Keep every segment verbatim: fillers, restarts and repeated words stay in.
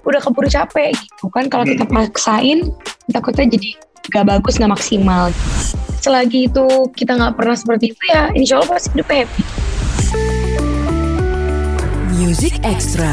udah keburu capek gitu kan. Kalau kita paksain takutnya jadi gak bagus, gak maksimal. Selagi itu kita gak pernah seperti itu ya insya Allah pasti hidup happy. Music Extra.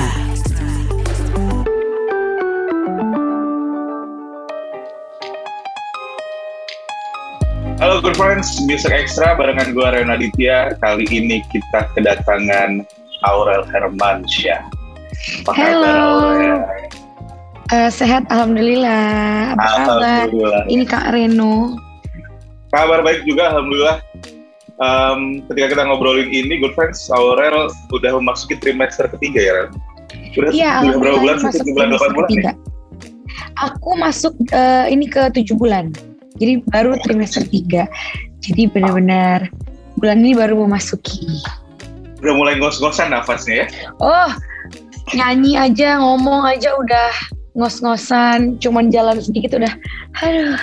Halo good friends, Music Extra barengan gue Reon Aditya. Kali ini kita kedatangan Aurel Hermansyah. Apa Halo. kabar Aurel? Uh, sehat alhamdulillah. Apa kabar? Ini Kak Reno. Kabar baik juga alhamdulillah. Um, ketika kita ngobrolin ini good friends, Aurel udah memasuki trimester ketiga ya Ren? Udah, iya, udah berapa bulan masuk sih? Bulan delapan bulan nih? Aku masuk uh, ini ke tujuh bulan. Jadi baru trimester tiga. Jadi benar-benar bulan ini baru memasuki. Udah mulai ngos-ngosan nafasnya ya? Oh, nyanyi aja, ngomong aja udah ngos-ngosan. Cuman jalan sedikit udah, aduh.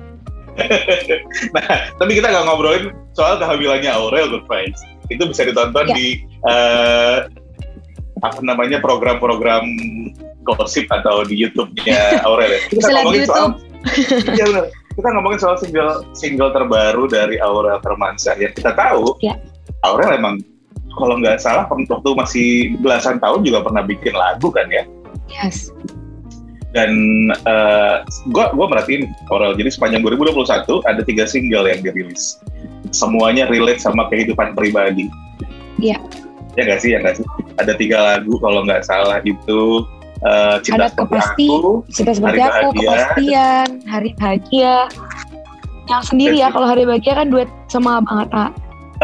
Nah, tapi kita gak ngobrolin soal kehamilannya Aurel, good friends. Itu bisa ditonton ya. di uh, apa namanya program-program gosip atau di YouTube-nya Aurel ya. Kita bisa ngomongin di YouTube. Soal, ya benar. Kita ngomongin soal single single terbaru dari Aurel Hermansyah. Ya kita tahu, ya. Aurel emang kalau nggak salah waktu masih belasan tahun juga pernah bikin lagu kan ya. Yes. Dan uh, gue gue merhatiin Aurel. Jadi sepanjang dua ribu dua puluh satu ada tiga single yang dirilis. Semuanya relate sama kehidupan pribadi. Iya. Ya nggak sih, ya nggak sih. Ada tiga lagu kalau nggak salah itu. Uh, cinta ada kepasti, aku, cinta seperti aku, bahagia, kepastian, hari bahagia. Yang sendiri ya, kalau hari bahagia kan duet sama Abang Atta.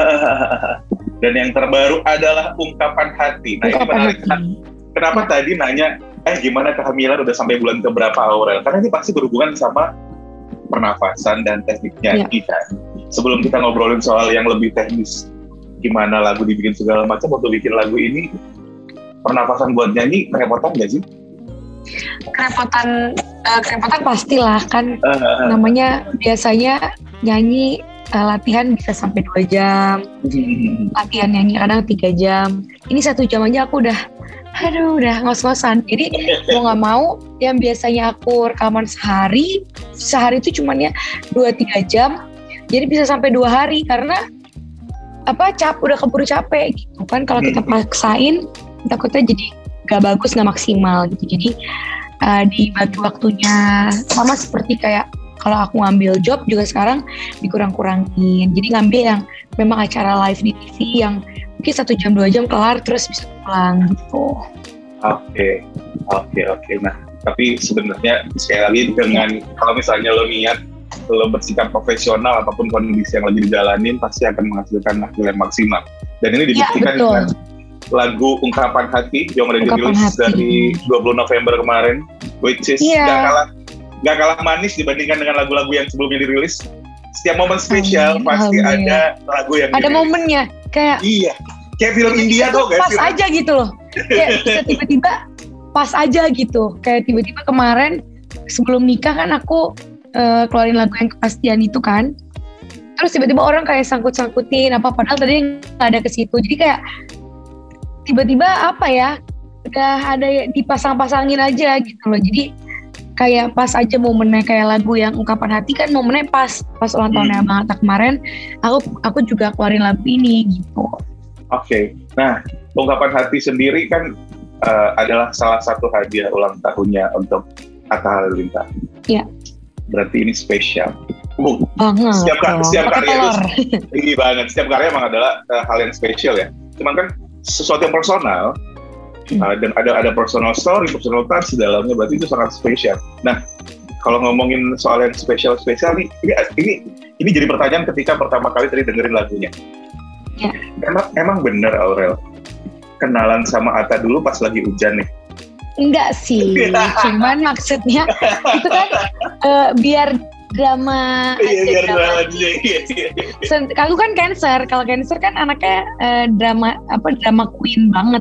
Dan yang terbaru adalah ungkapan hati. Nah ungkapan ini menarik. hati. Kenapa ya. tadi nanya, eh gimana kehamilan udah sampai bulan keberapa Aurel? Karena ini pasti berhubungan sama pernafasan dan teknik nyanyi ya. kan. Sebelum kita ngobrolin soal yang lebih teknis, gimana lagu dibikin segala macam, waktu bikin lagu ini, pernafasan buat nyanyi kerepotan nggak sih? Kerepotan, uh, kerepotan pastilah kan. Uh, Namanya biasanya nyanyi uh, latihan bisa sampai dua jam. Hmm. Latihan nyanyi kadang tiga jam. Ini satu jam aja aku udah, aduh udah ngos-ngosan. Jadi mau nggak mau, yang biasanya aku rekaman sehari, sehari itu cuman ya dua tiga jam. Jadi bisa sampai dua hari karena apa cap udah keburu capek gitu kan. Kalau kita paksain takutnya jadi gak bagus, gak maksimal gitu. Jadi uh, dibagi waktunya sama seperti kayak kalau aku ngambil job juga sekarang dikurang-kurangin. Jadi ngambil yang memang acara live di T V yang mungkin satu jam dua jam kelar terus bisa pulang gitu. Oke, okay. oke, okay, oke. Okay. Nah, tapi sebenarnya sekali lagi dengan kalau misalnya lo niat lo bersikap profesional apapun kondisi yang lagi dijalanin pasti akan menghasilkan hasil yang maksimal. Dan ini dibuktikan ya, dengan lagu Ungkapan Hati yang udah dirilis dari dua puluh November kemarin, which is yeah. gak kalah gak kalah manis dibandingkan dengan lagu-lagu yang sebelumnya dirilis. Setiap momen spesial Amin. pasti Amin. ada lagu yang ada dirilis. momennya kayak iya kayak film India tuh guys, pas film. aja gitu loh, kayak bisa tiba-tiba pas aja gitu, kayak tiba-tiba kemarin sebelum nikah kan aku uh, keluarin lagu yang kepastian itu kan, terus tiba-tiba orang kayak sangkut-sangkutin apa padahal tadi nggak ada ke situ, jadi kayak tiba-tiba apa ya, udah ada dipasang-pasangin aja gitu loh. Jadi kayak pas aja momennya kayak lagu yang Ungkapan Hati kan momennya pas pas ulang tahunnya hmm. Bang Atta kemarin, aku aku juga keluarin lagu ini gitu. Oke, okay. Nah Ungkapan Hati sendiri kan uh, adalah salah satu hadiah ulang tahunnya untuk Atta Halilintar. Iya. Berarti ini spesial. Uh, banget. Setiap, oh, setiap karya telur. itu ini banget. Setiap karya emang adalah uh, hal yang spesial ya. Cuman kan sesuatu yang personal hmm. uh, dan ada ada personal story, personal touch di dalamnya, berarti itu sangat spesial. Nah, kalau ngomongin soal yang spesial-spesial nih, ini ini ini jadi pertanyaan ketika pertama kali tadi dengerin lagunya. Ya. Emang emang bener Aurel kenalan sama Atta dulu pas lagi hujan nih? Enggak sih, cuman maksudnya itu kan uh, biar drama iya, aja biar drama aja. Iya, iya. Aku kan Cancer, kalau Cancer kan anaknya uh, drama apa drama queen banget.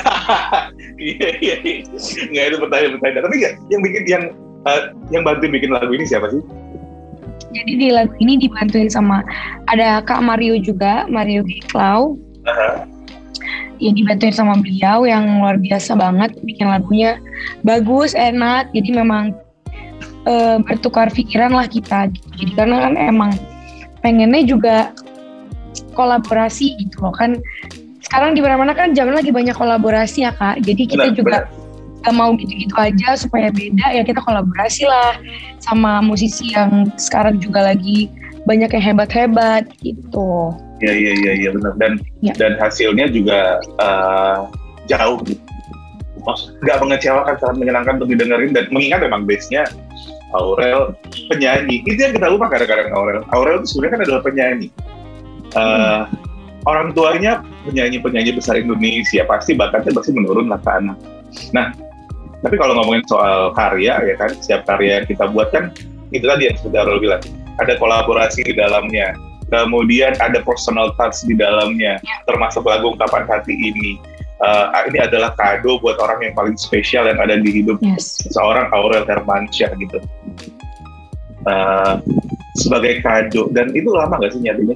Iya iya. Nggak itu pertanyaan-pertanyaan. Tapi ya, yang bikin yang uh, yang bantu bikin lagu ini siapa sih? Jadi di lagu ini dibantuin sama ada Kak Mario juga, Mario Geklau. Uh-huh. ya dibantuin sama beliau yang luar biasa banget, bikin lagunya bagus, enak. Jadi memang uh, bertukar pikiran lah kita gitu. Jadi karena kan emang pengennya juga kolaborasi gitu loh kan. Sekarang di mana-mana kan zaman lagi banyak kolaborasi ya Kak. Jadi kita benar, juga benar. Gak mau gitu-gitu aja supaya beda, ya kita kolaborasi lah sama musisi yang sekarang juga lagi banyak yang hebat-hebat gitu. Iya iya iya ya, benar dan ya. Dan hasilnya juga uh, jauh, nggak mengecewakan, sangat menyenangkan untuk didengerin dan mengingat memang base-nya Aurel penyanyi. Itu yang kita lupa kadang-kadang Aurel. Aurel itu sebenarnya kan adalah penyanyi. Uh, hmm. Orang tuanya penyanyi-penyanyi besar Indonesia, pasti bakatnya pasti menurun lah ke anak. Nah, tapi kalau ngomongin soal karya ya kan, setiap karya yang kita buat kan itu tadi yang sudah Aurel bilang, ada kolaborasi di dalamnya, kemudian ada personal touch di dalamnya, termasuk lagu Ungkapan Hati ini. Uh, ini adalah kado buat orang yang paling spesial yang ada di hidup yes. seorang Aurel Hermansyah gitu. Uh, sebagai kado, dan itu lama gak sih nyatinya?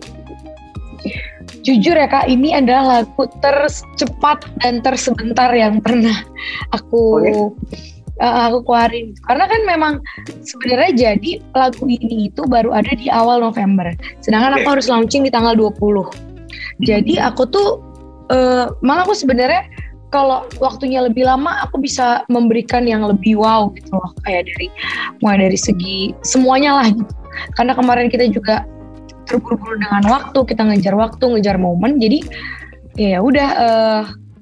Jujur ya Kak, ini adalah lagu tercepat dan tersebentar yang pernah aku oh, ya? uh, aku keluarin. Karena kan memang sebenarnya jadi lagu ini itu baru ada di awal November. Sedangkan okay. aku harus launching di tanggal dua puluh. Jadi aku tuh uh, malah aku sebenarnya kalau waktunya lebih lama aku bisa memberikan yang lebih wow gitu loh, kayak dari mulai dari segi semuanya lah gitu. Karena kemarin kita juga terburu-buru dengan waktu, kita ngejar waktu, ngejar momen, jadi ya udah uh,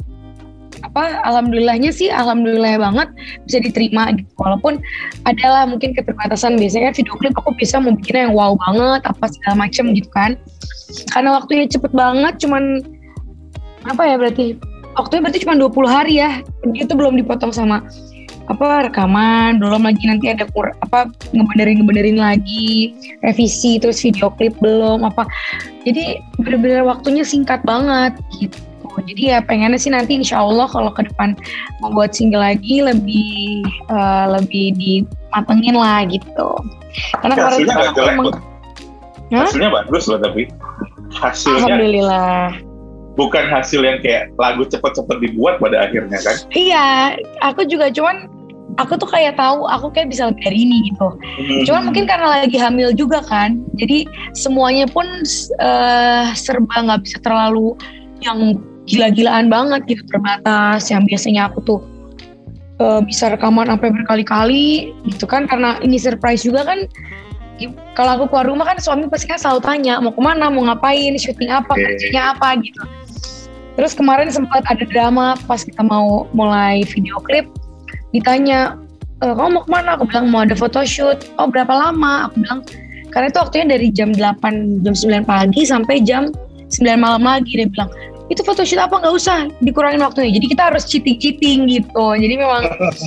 apa alhamdulillahnya sih alhamdulillah banget bisa diterima gitu. Walaupun adalah mungkin keterbatasan, biasanya kan video klip aku bisa membuatnya yang wow banget apa segala macem gitu kan, karena waktunya cepet banget, cuman apa ya berarti waktunya berarti cuma dua puluh hari ya, itu belum dipotong sama apa rekaman, belum lagi nanti ada kur, apa ngebenerin ngebenerin lagi, revisi, terus video klip belum apa, jadi benar-benar waktunya singkat banget gitu. Jadi ya pengennya sih nanti insya Allah kalau ke depan membuat single lagi lebih uh, lebih dimatengin lah gitu. Karena hasilnya nggak jelek emang, hasilnya bagus loh, tapi hasilnya alhamdulillah. Bukan hasil yang kayak lagu cepet-cepet dibuat pada akhirnya kan? Iya, aku juga cuman aku tuh kayak tahu aku kayak bisa lebih dari ini gitu. Hmm. Cuman mungkin karena lagi hamil juga kan, jadi semuanya pun uh, serba nggak bisa terlalu yang gila-gilaan banget gitu, terbatas. Yang biasanya aku tuh uh, bisa rekaman sampai berkali-kali gitu kan, karena ini surprise juga kan. Kalau aku keluar rumah kan suami pasti kan selalu tanya mau kemana, mau ngapain, syuting apa, okay. kerjanya apa gitu. Terus kemarin sempat ada drama pas kita mau mulai video klip, ditanya, e, kamu mau kemana? Aku bilang mau ada photoshoot. Oh berapa lama? Aku bilang, karena itu waktunya dari jam delapan, jam sembilan pagi sampai jam sembilan malam lagi. Dia bilang, itu photoshoot apa? Nggak usah, dikurangin waktunya. Jadi kita harus cheating-cheating gitu. Jadi memang,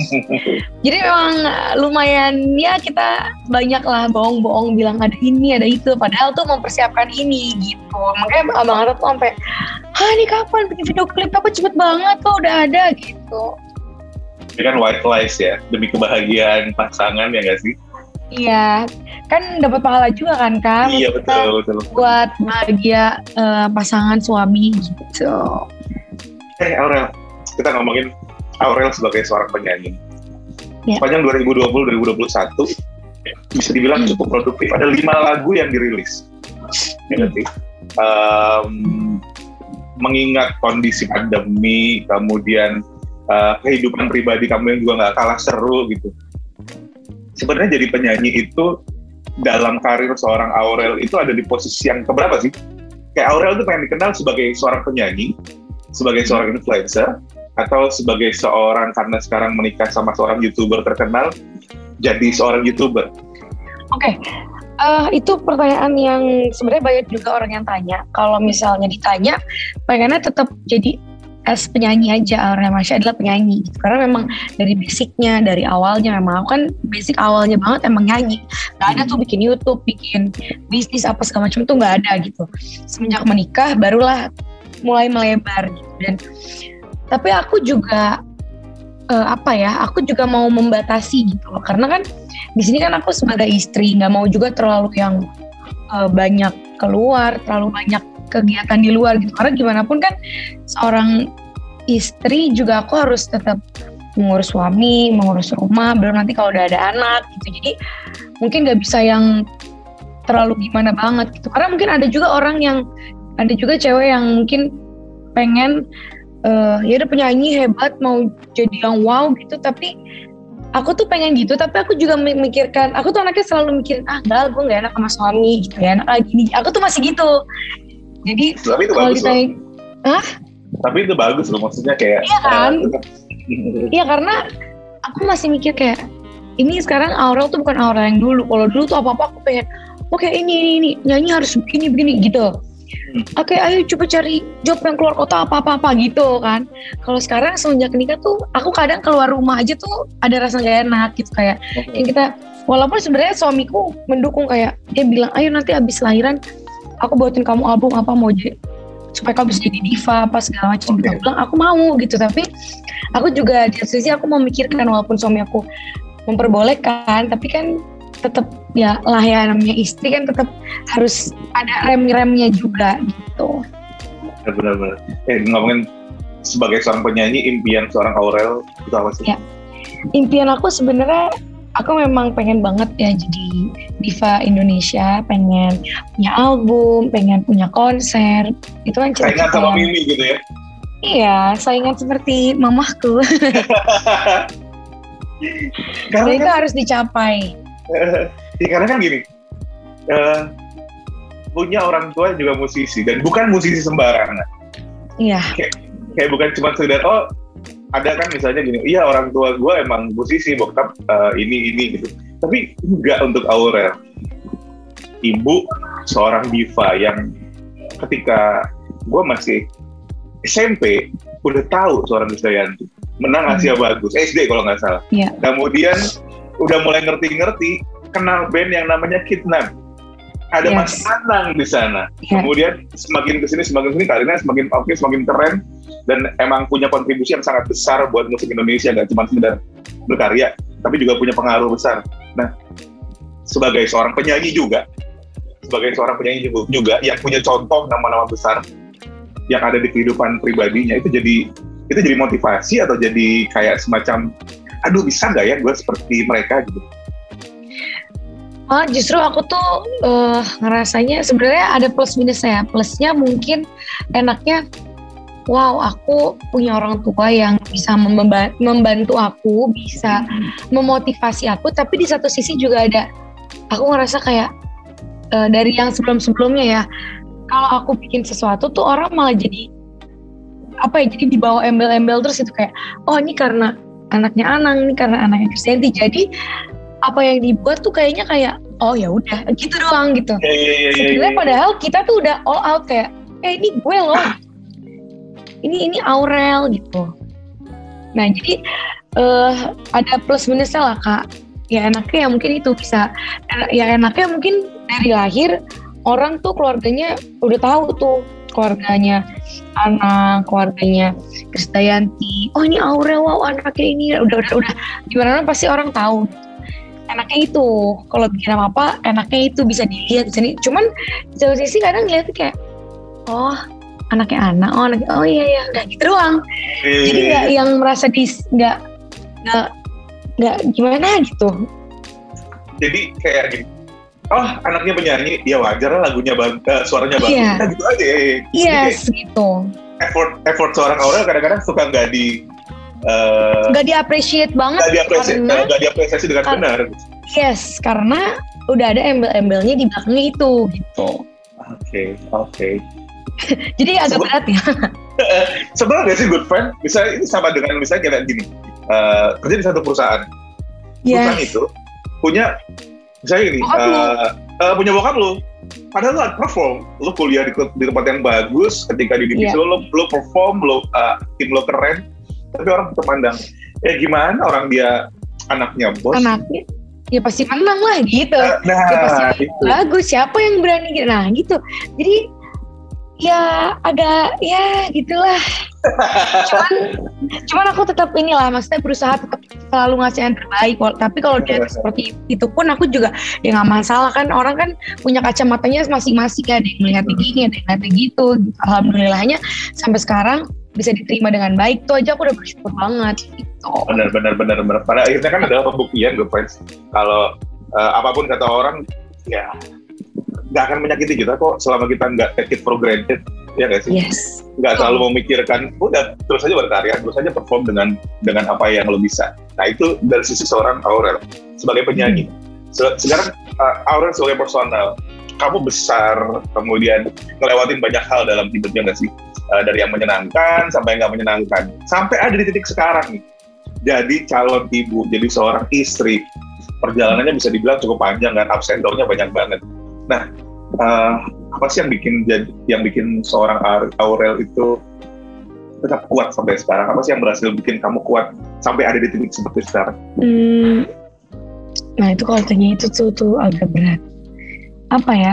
jadi memang lumayan ya kita banyak lah bohong-bohong bilang ada ini, ada itu. Padahal tuh mempersiapkan ini gitu. Makanya abang Atta tuh sampai, ah ini kapan bikin video klip? Apa cepet banget kok udah ada gitu. Ini kan white lies ya, demi kebahagiaan pasangan ya nggak sih? Iya, kan dapat pahala juga kan Kak? Iya betul, betul. Buat bahagia uh, pasangan suami gitu. Eh Aurel, kita ngomongin Aurel sebagai seorang penyanyi. Ya. Sepanjang dua ribu dua puluh sampai dua ribu dua puluh satu bisa dibilang hmm. cukup produktif. Ada lima lagu yang dirilis. Ya hmm. um, mengingat kondisi pandemi, kemudian uh, kehidupan pribadi kamu yang juga nggak kalah seru gitu. Sebenarnya jadi penyanyi itu dalam karir seorang Aurel itu ada di posisi yang keberapa sih? Kayak Aurel itu pengen dikenal sebagai seorang penyanyi, sebagai seorang influencer, atau sebagai seorang karena sekarang menikah sama seorang YouTuber terkenal, jadi seorang YouTuber? Oke, okay. uh, itu pertanyaan yang sebenarnya banyak juga orang yang tanya. Kalau misalnya ditanya, pengennya tetap jadi as penyanyi aja. Aurel Hermansyah adalah penyanyi gitu. Karena memang dari basicnya, dari awalnya memang aku kan basic awalnya banget emang nyanyi. Gak ada tuh bikin YouTube, bikin bisnis apa segala macam tuh gak ada gitu. Semenjak menikah barulah mulai melebar gitu. Dan tapi aku juga uh, apa ya? Aku juga mau membatasi gitu loh. Karena kan di sini kan aku sebagai istri nggak mau juga terlalu yang uh, banyak keluar, terlalu banyak kegiatan di luar gitu. Karena gimana pun kan seorang istri juga aku harus tetap mengurus suami, mengurus rumah, belum nanti kalau udah ada anak gitu. Jadi mungkin nggak bisa yang terlalu gimana banget gitu. Karena mungkin ada juga orang yang, ada juga cewek yang mungkin pengen uh, ya udah penyanyi hebat, mau jadi yang wow gitu. Tapi aku tuh pengen gitu, tapi aku juga memikirkan, aku tuh anaknya selalu mikirin, ah enggak, gue gak enak sama suami gitu ya, enak lagi gini. Aku tuh masih gitu. Jadi kalau ditanya, hah? Tapi itu bagus loh, maksudnya kayak iya kan? Iya, karena aku masih mikir kayak ini sekarang Aurel tuh bukan Aurel yang dulu. Kalau dulu tuh apa-apa aku pengen, oke okay, ini, ini ini nyanyi harus begini begini gitu. Hmm. Oke, okay, ayo coba cari job yang keluar kota apa-apa-apa gitu kan. Kalau sekarang semenjak nikah tuh aku kadang keluar rumah aja tuh ada rasa gak enak gitu, kayak okay. yang kita, walaupun sebenarnya suamiku mendukung, kayak dia bilang ayo nanti abis lahiran aku buatin kamu album apa mau jadi supaya kamu bisa jadi diva apa segala macam. Okay. Aku bilang aku mau gitu, tapi aku juga di satu sisi aku memikirkan walaupun suami aku memperbolehkan, tapi kan tetap ya lah ya namanya istri kan tetap harus ada rem-remnya juga gitu. Benar-benar. Eh ngomongin sebagai seorang penyanyi, impian seorang Aurel itu apa sih? Ya, impian aku sebenarnya aku memang pengen banget ya jadi diva Indonesia, pengen punya album, pengen punya konser. Itu kan cita-cita. Saingan sama Mimi gitu ya? Iya, saingan seperti mamahku. Karena itu kan, harus dicapai. Ya, karena kan gini, uh, punya orang tua juga musisi dan bukan musisi sembarangan. Iya. Kayak, kayak bukan cuma sekedar oh ada kan misalnya gini, iya orang tua gue emang musisi, bokap uh, ini ini gitu. Tapi enggak untuk Aurel. Ibu seorang diva yang ketika gue masih S M P udah tahu seorang Krisdayanti menang Asia hmm. Bagus, S D kalau nggak salah. Yeah. Kemudian udah mulai ngerti-ngerti, kenal band yang namanya Kidnap. Ada yes. Mas Anang di sana. Yeah. Kemudian semakin kesini semakin kesini karirnya semakin oke, semakin keren, dan emang punya kontribusi yang sangat besar buat musik Indonesia, nggak cuma sekedar berkarya, tapi juga punya pengaruh besar. Nah, sebagai seorang penyanyi juga, sebagai seorang penyanyi juga yang punya contoh nama-nama besar yang ada di kehidupan pribadinya, itu jadi itu jadi motivasi atau jadi kayak semacam, aduh bisa nggak ya gue seperti mereka gitu? Oh, justru aku tuh uh, ngerasanya sebenarnya ada plus minusnya. Plusnya mungkin enaknya, wow aku punya orang tua yang bisa memba- membantu aku, bisa memotivasi aku. Tapi di satu sisi juga ada, aku ngerasa kayak uh, dari yang sebelum-sebelumnya ya, kalau aku bikin sesuatu tuh orang malah jadi apa ya, jadi dibawa embel-embel terus itu kayak, oh ini karena anaknya Anang, ini karena anaknya Krisdayanti. Jadi apa yang dibuat tuh kayaknya kayak oh ya udah gitu doang gitu. Yeah, yeah, yeah, sebenarnya yeah. Padahal kita tuh udah all out kayak, eh ini gue loh, ini ini Aurel gitu. Nah jadi uh, ada plus minusnya lah kak. Ya enaknya ya mungkin itu bisa, ya enaknya mungkin dari lahir orang tuh keluarganya udah tahu tuh, keluarganya Anang, keluarganya Krisdayanti. Oh ini Aurel, wow anaknya ini udah udah udah gimana pasti orang tahu. Enaknya itu, kalau bikin apa-apa, enaknya itu bisa dilihat di sini. Cuman di satu sisi kadang ngeliatnya kayak, oh anaknya anak, oh anaknya, oh iya iya, udah gitu doang. E... Jadi nggak yang merasa dis, nggak nggak nggak gimana gitu. Jadi kayak gini, oh anaknya penyanyi, ya wajar lah lagunya bagus, uh, suaranya bagus, yeah. Nah, gitu aja. Ya. Yes, gitu. Effort effort seorang Aurel kadang-kadang suka nggak di Uh, gak diapresiasi banget, gak diapresiasi, karena, gak diapresiasi dengan kar- benar. Yes, karena udah ada embel-embelnya di belakangnya itu gitu. Oke, okay, oke. Okay. Jadi agak Sebe- berat ya. Sebenarnya sih good friend, misalnya ini sama dengan misalnya kayak gini, uh, kerja di satu perusahaan, yes. Perusahaan itu punya, misalnya gini, uh, uh, punya bokap lu, padahal lu perform, lu kuliah di, di tempat yang bagus, ketika di divisi yeah. lu, lu perform, lu uh, tim lu keren. Tapi orang tetap pandang, ya gimana orang dia anaknya bos? Anaknya, ya pasti menang lah gitu. Nah, ya pasti itu. Bagus, siapa yang berani gitu? Nah gitu. Jadi ya agak ya gitulah. cuman, cuman aku tetap inilah, maksudnya berusaha tetap selalu ngasih yang terbaik. Tapi kalau dia seperti itu pun aku juga ya nggak masalah kan. Orang kan punya kacamatanya masing-masing, ada yang melihat begini, ada yang melihat gitu. Alhamdulillahnya sampai sekarang bisa diterima dengan baik, tuh aja aku udah bersyukur banget gitu. Benar benar benar benar. Pada akhirnya kan ada pembuktian gue friends. Kalau uh, apapun kata orang, ya nggak akan menyakiti kita kok selama kita nggak take it for granted, ya nggak sih? Yes. Nggak selalu memikirkan, udah terus aja berkarya, terus aja perform dengan dengan apa yang lo bisa. Nah itu dari sisi seorang Aurel sebagai penyanyi. Hmm. Sekarang uh, Aurel sebagai personal, kamu besar, kemudian ngelewatin banyak hal dalam hidupnya nggak sih? Uh, dari yang menyenangkan sampai yang nggak menyenangkan, sampai ada di titik sekarang nih, jadi calon ibu, jadi seorang istri. Perjalanannya bisa dibilang cukup panjang kan, ups and down-nya banyak banget. Nah, uh, apa sih yang bikin yang bikin seorang Aurel itu tetap kuat sampai sekarang? Apa sih yang berhasil bikin kamu kuat sampai ada di titik seperti sekarang? Hmm, nah itu kalau tanya itu tuh, tuh agak berat. Apa ya?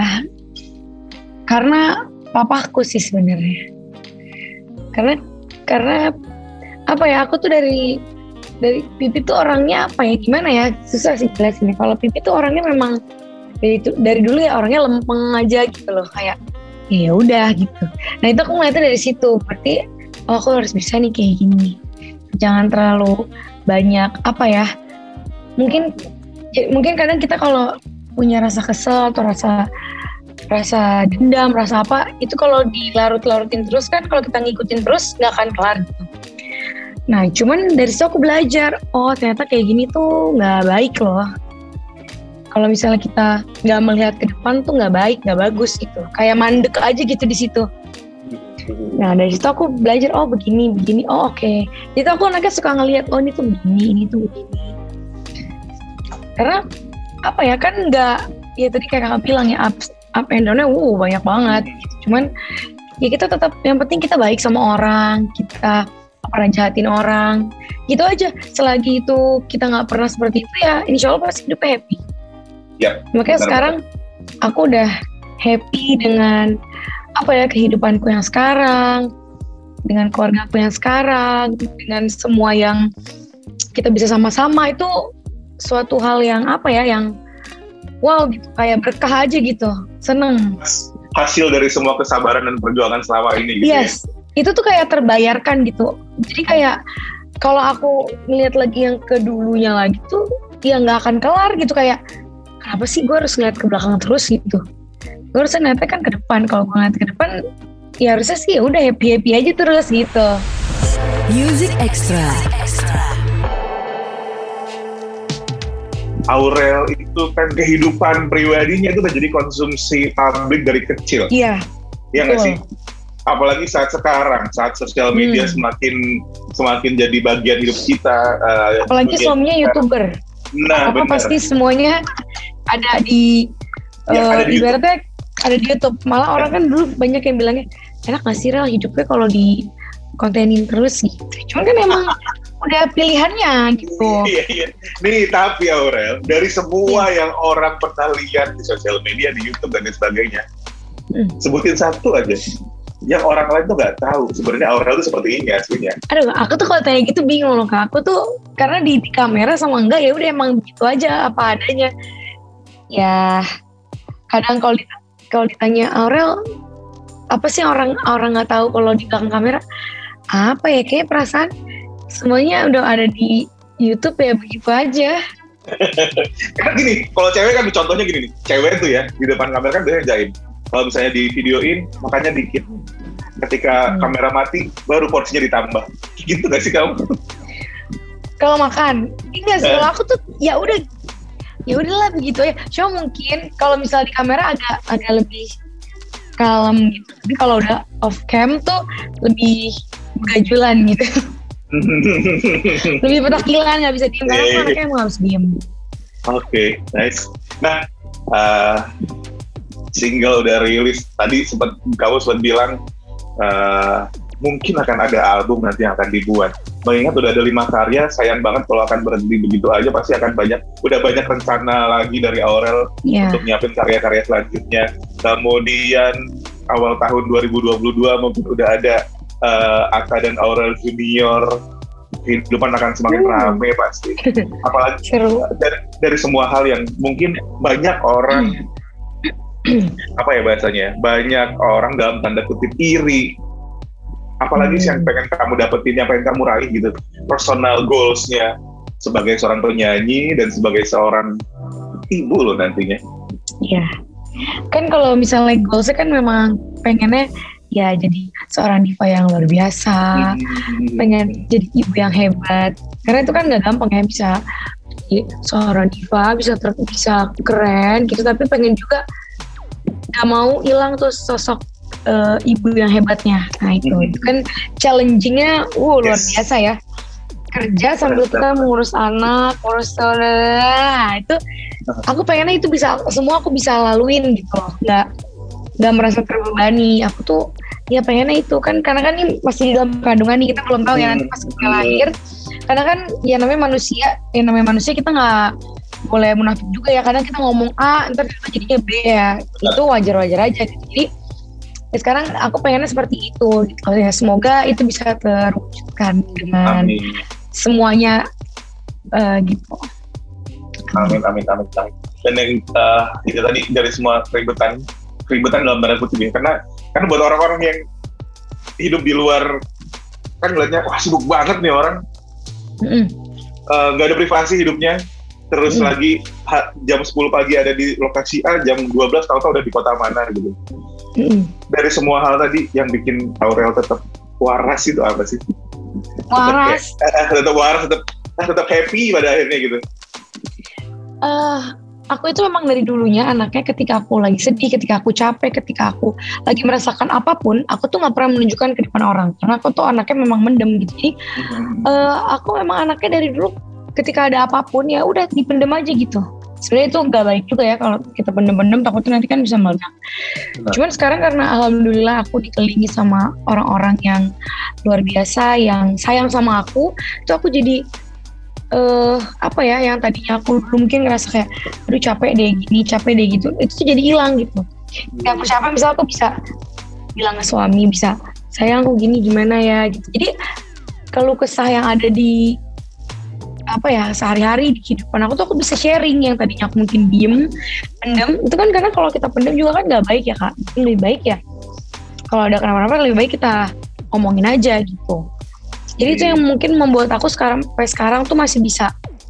Karena papaku sih sebenarnya. Karena karena apa ya? Aku tuh dari dari Pipi tuh orangnya apa ya? Gimana ya? Susah sih jelasinnya. Kalau Pipi tuh orangnya memang dari itu dari dulu ya orangnya lempeng aja gitu loh, kayak ya udah gitu. Nah itu aku ngeliatnya dari situ, berarti oh, aku harus bisa nih kayak gini, jangan terlalu banyak apa ya, mungkin ya, mungkin kadang kita kalau punya rasa kesel atau rasa rasa dendam, rasa apa itu kalau dilarut-larutin terus kan, kalau kita ngikutin terus nggak akan kelar gitu. Nah cuman dari situ aku belajar, oh ternyata kayak gini tuh nggak baik loh. Kalau misalnya kita nggak melihat ke depan tuh nggak baik, nggak bagus gitu. Kayak mandek aja gitu di situ. Nah dari situ aku belajar, oh begini, begini, oh oke. Okay. Jadi aku anaknya suka ngelihat, oh ini tuh begini, ini tuh begini. Karena apa ya kan nggak, ya tadi kayak kakak bilang ya up, up and down-nya, wow banyak banget. Gitu. Cuman ya kita tetap, yang penting kita baik sama orang, kita pernah jahatin orang, gitu aja. Selagi itu kita nggak pernah seperti itu ya, insya Allah pasti hidupnya happy. Ya, makanya sekarang banget. Aku udah happy dengan apa ya kehidupanku yang sekarang, dengan keluargaku yang sekarang, dengan semua yang kita bisa sama-sama, itu suatu hal yang apa ya, yang wow gitu, kayak berkah aja gitu, seneng. Hasil dari semua kesabaran dan perjuangan selama ini gitu. Yes, ya? Itu tuh kayak terbayarkan gitu. Jadi kayak kalau aku ngeliat lagi yang kedulunya lagi tuh, ya nggak akan kelar gitu, kayak kenapa sih gue harus ngeliat ke belakang terus gitu? Gue harusnya ngeliatnya kan ke depan. Kalau gue ngeliat ke depan, ya harusnya sih ya udah happy-happy aja terus gitu. Music Extra. Aurel itu kan kehidupan pribadinya itu udah jadi konsumsi publik dari kecil. Iya. Iya nggak sih? Apalagi saat sekarang, saat sosial media hmm. semakin semakin jadi bagian hidup kita. Uh, Apalagi suaminya kita. YouTuber. Nah, apa pasti semuanya ada di ya, uh, ada di ibaratnya ada di YouTube. Malah orang kan dulu banyak yang bilangnya enak nggak sih Rel hidupnya kalau di kontenin terus gitu. Cuman kan emang udah pilihannya gitu. Iya iya. Nih tapi Aurel, dari semua yeah. yang orang pernah lihat di sosial media, di YouTube dan sebagainya, hmm. sebutin satu aja yang orang lain tuh nggak tahu sebenarnya Aurel tuh seperti ini aslinya. Aduh, aku tuh kalau tanya gitu bingung loh Kak. Aku tuh karena di, di kamera sama enggak ya udah emang begitu aja apa adanya. Ya kadang kalau kalau ditanya Aurel apa sih orang orang nggak tahu kalau di belakang kamera, apa ya, kayak perasaan semuanya udah ada di YouTube ya begitu aja. Karena gini, kalau cewek kan contohnya gini nih, cewek tuh ya di depan kamera kan biasanya jaim. Kalau misalnya di videoin makannya dikit, ketika hmm. kamera mati baru porsinya ditambah. Gitu gak sih kamu? Kalau makan, enggak sih. Kalau aku tuh ya udah, ya udahlah begitu ya. Cuma mungkin kalau misalnya di kamera agak agak lebih kalem gitu. Tapi kalau udah off cam tuh lebih begajulan gitu. Lebih petakilan, nggak bisa diem karena aku anaknya emang harus diem. Oke, okay, nice. Nah, uh, single udah rilis. Tadi sempat kamu sempat bilang uh, mungkin akan ada album nanti yang akan dibuat. Mengingat udah ada lima karya, sayang banget kalau akan berhenti begitu aja. Pasti akan banyak, udah banyak rencana lagi dari Aurel yeah. untuk nyiapin karya-karya selanjutnya. Kemudian awal tahun dua ribu dua puluh dua mungkin udah ada uh, Aka dan Aurel Junior. Kehidupan akan semakin hmm. ramai pasti. Apalagi dari, dari semua hal yang mungkin banyak orang apa ya bahasanya, banyak orang dalam tanda kutip iri apalagi sih Hmm. yang pengen kamu dapetin, yang pengen kamu raih gitu, personal goals-nya sebagai seorang penyanyi dan sebagai seorang ibu loh nantinya. Iya. Kan kalau misalnya goalsnya kan memang pengennya ya jadi seorang diva yang luar biasa, Hmm. pengen jadi ibu yang hebat. Karena itu kan nggak gampang ya bisa jadi seorang diva, bisa ter- bisa keren gitu, tapi pengen juga nggak mau hilang tuh sosok eh, ibu yang hebatnya. Nah itu, Hmm. itu kan challengingnya, wow luar Yes. biasa ya. Kerja sambil kita mengurus anak, ngurus nah itu aku pengennya itu bisa semua aku bisa laluin gitu loh, nggak nggak merasa terbebani. Aku tuh ya pengennya itu kan, karena kan ini masih di dalam kandungan nih, kita belum tahu ya nanti pas kita lahir. Karena kan ya namanya manusia, ya namanya manusia kita nggak boleh munafik juga ya, kadang kita ngomong A ntar jadinya B ya, itu wajar-wajar aja gitu. Jadi ya sekarang aku pengennya seperti itu gitu ya, semoga itu bisa terwujudkan dengan Amin. semuanya uh, gitu. Amin, amin, amin, amin. Dan yang uh, itu tadi dari semua keribetan, keribetan dalam tanda kutip ya, karena kan buat orang-orang yang hidup di luar kan ngeliatnya wah sibuk banget nih orang, Mm-mm. nggak uh, ada privasi hidupnya, terus Mm. lagi ha, jam sepuluh pagi ada di lokasi A, jam dua belas tahu-tahu udah di kota mana gitu. Mm-mm. Dari semua hal tadi yang bikin Aurel tetap waras itu apa sih? Waras. Tetap, eh, tetap waras, tetap tetap happy pada akhirnya gitu. Uh, aku itu memang dari dulunya anaknya ketika aku lagi sedih, ketika aku capek, ketika aku lagi merasakan apapun, aku tuh nggak pernah menunjukkan ke depan orang, karena aku tuh anaknya memang mendem gitu. Jadi uh, aku memang anaknya dari dulu ketika ada apapun ya udah dipendem aja gitu. Sebenarnya itu nggak baik juga ya kalau kita pendem-pendem, takutnya nanti kan bisa meledak. Nah. Cuman sekarang karena alhamdulillah aku dikelilingi sama orang-orang yang luar biasa, yang sayang sama aku, itu aku jadi Uh, apa ya, yang tadinya aku mungkin ngerasa kayak aduh capek deh gini, capek deh gitu, itu tuh jadi hilang gitu. Kayak aku capek misal aku bisa bilang ke suami, bisa sayang aku gini gimana ya gitu. Jadi kalau kesah yang ada di apa ya sehari-hari di kehidupan aku tuh aku bisa sharing, yang tadinya aku mungkin diem, pendem, itu kan karena kalau kita pendem juga kan nggak baik ya Kak. Lebih baik ya kalau ada kenapa-napa lebih baik kita ngomongin aja gitu. Jadi itu yang mungkin membuat aku sekarang sampai sekarang tuh masih bisa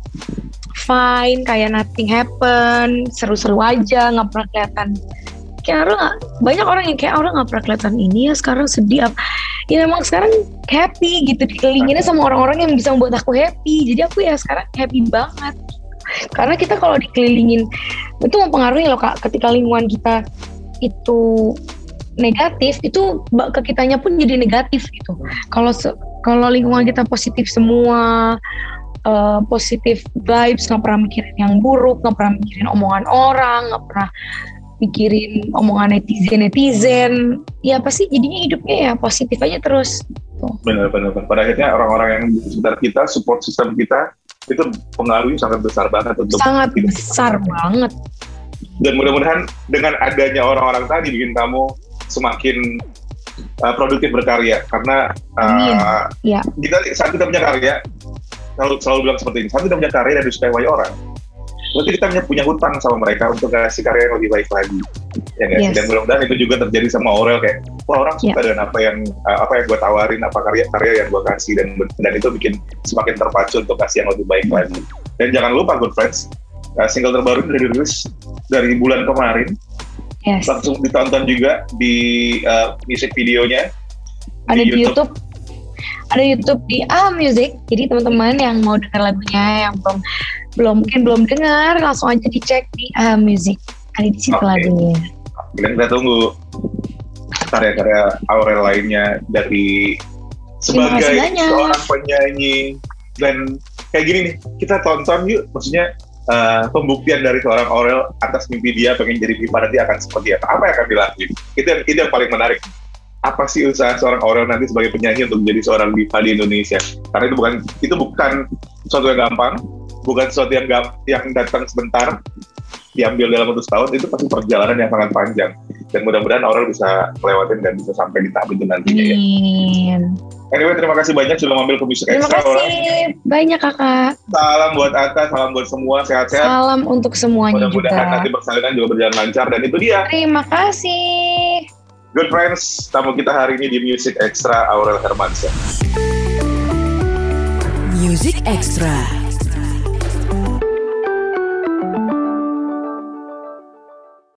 fine, kayak nothing happen, seru-seru aja, nggak pernah kelihatan. Kayak orang banyak orang yang kayak orang nggak pernah kelihatan ini ya sekarang sedih. Ya emang sekarang happy gitu, dikelilinginnya sama orang-orang yang bisa membuat aku happy. Jadi aku ya sekarang happy banget. Karena kita kalau dikelilingin itu mempengaruhi loh Kak, ketika lingkungan kita itu negatif, itu ke kitanya pun jadi negatif gitu. Kalau kalau lingkungan kita positif semua, uh, positif vibes, nggak pernah mikirin yang buruk, nggak pernah mikirin omongan orang, nggak pernah mikirin omongan netizen netizen, ya pasti jadinya hidupnya ya positif aja terus. Benar-benar. Pada akhirnya orang-orang yang di sekitar kita, support system kita, itu pengaruhnya sangat besar banget untuk sangat hidup. Besar banget. Dan mudah-mudahan dengan adanya orang-orang tadi bikin kamu semakin uh, produktif berkarya, karena uh, ya. kita saat kita punya karya, selalu, selalu bilang seperti ini, saat kita punya karya dan disukai orang, berarti kita punya hutang sama mereka untuk kasih karya yang lebih baik lagi, ya guys. Yes. Dan mudah-mudahan itu juga terjadi sama Aurel, kayak wah orang suka yeah. dengan apa yang uh, apa yang gue tawarin, apa karya-karya yang gue kasih, dan dan itu bikin semakin terpacu untuk kasih yang lebih baik lagi. Dan jangan lupa good friends, uh, single terbaru sudah dirilis dari bulan kemarin. Yes. Langsung ditonton juga di uh, music videonya. Ada di, di YouTube. YouTube. Ada YouTube di Ah Music. Jadi teman-teman yang mau dengar lagunya, yang belum belum mungkin belum dengar, langsung aja dicek di Ah Music. Ada di situ okay. lagunya. Dan kita tunggu karya-karya Aurel lainnya dari sebagai seorang penyanyi. Dan kayak gini nih, kita tonton yuk, maksudnya Uh, pembuktian dari seorang Aurel atas mimpi dia pengen jadi diva nanti akan seperti apa? Apa yang akan dilakuin? Itu yang, itu yang paling menarik. Apa sih usaha seorang Aurel nanti sebagai penyanyi untuk menjadi seorang diva di Indonesia? Karena itu bukan itu bukan sesuatu yang gampang, bukan sesuatu yang yang datang sebentar, diambil dalam satu tahun. Itu pasti perjalanan yang sangat panjang. Dan mudah-mudahan Aurel bisa lewatin dan bisa sampai di tahap itu nantinya ya. Amin. Anyway, terima kasih banyak sudah ngambil ke Music Extra. Terima kasih orang. Banyak kakak. Salam buat Aka, salam buat semua, sehat-sehat. Salam untuk semuanya. Mudah-mudahan nanti persalinan juga berjalan lancar, dan itu dia. Terima kasih. Good friends, tamu kita hari ini di Music Extra, Aurel Hermansyah. Music Extra.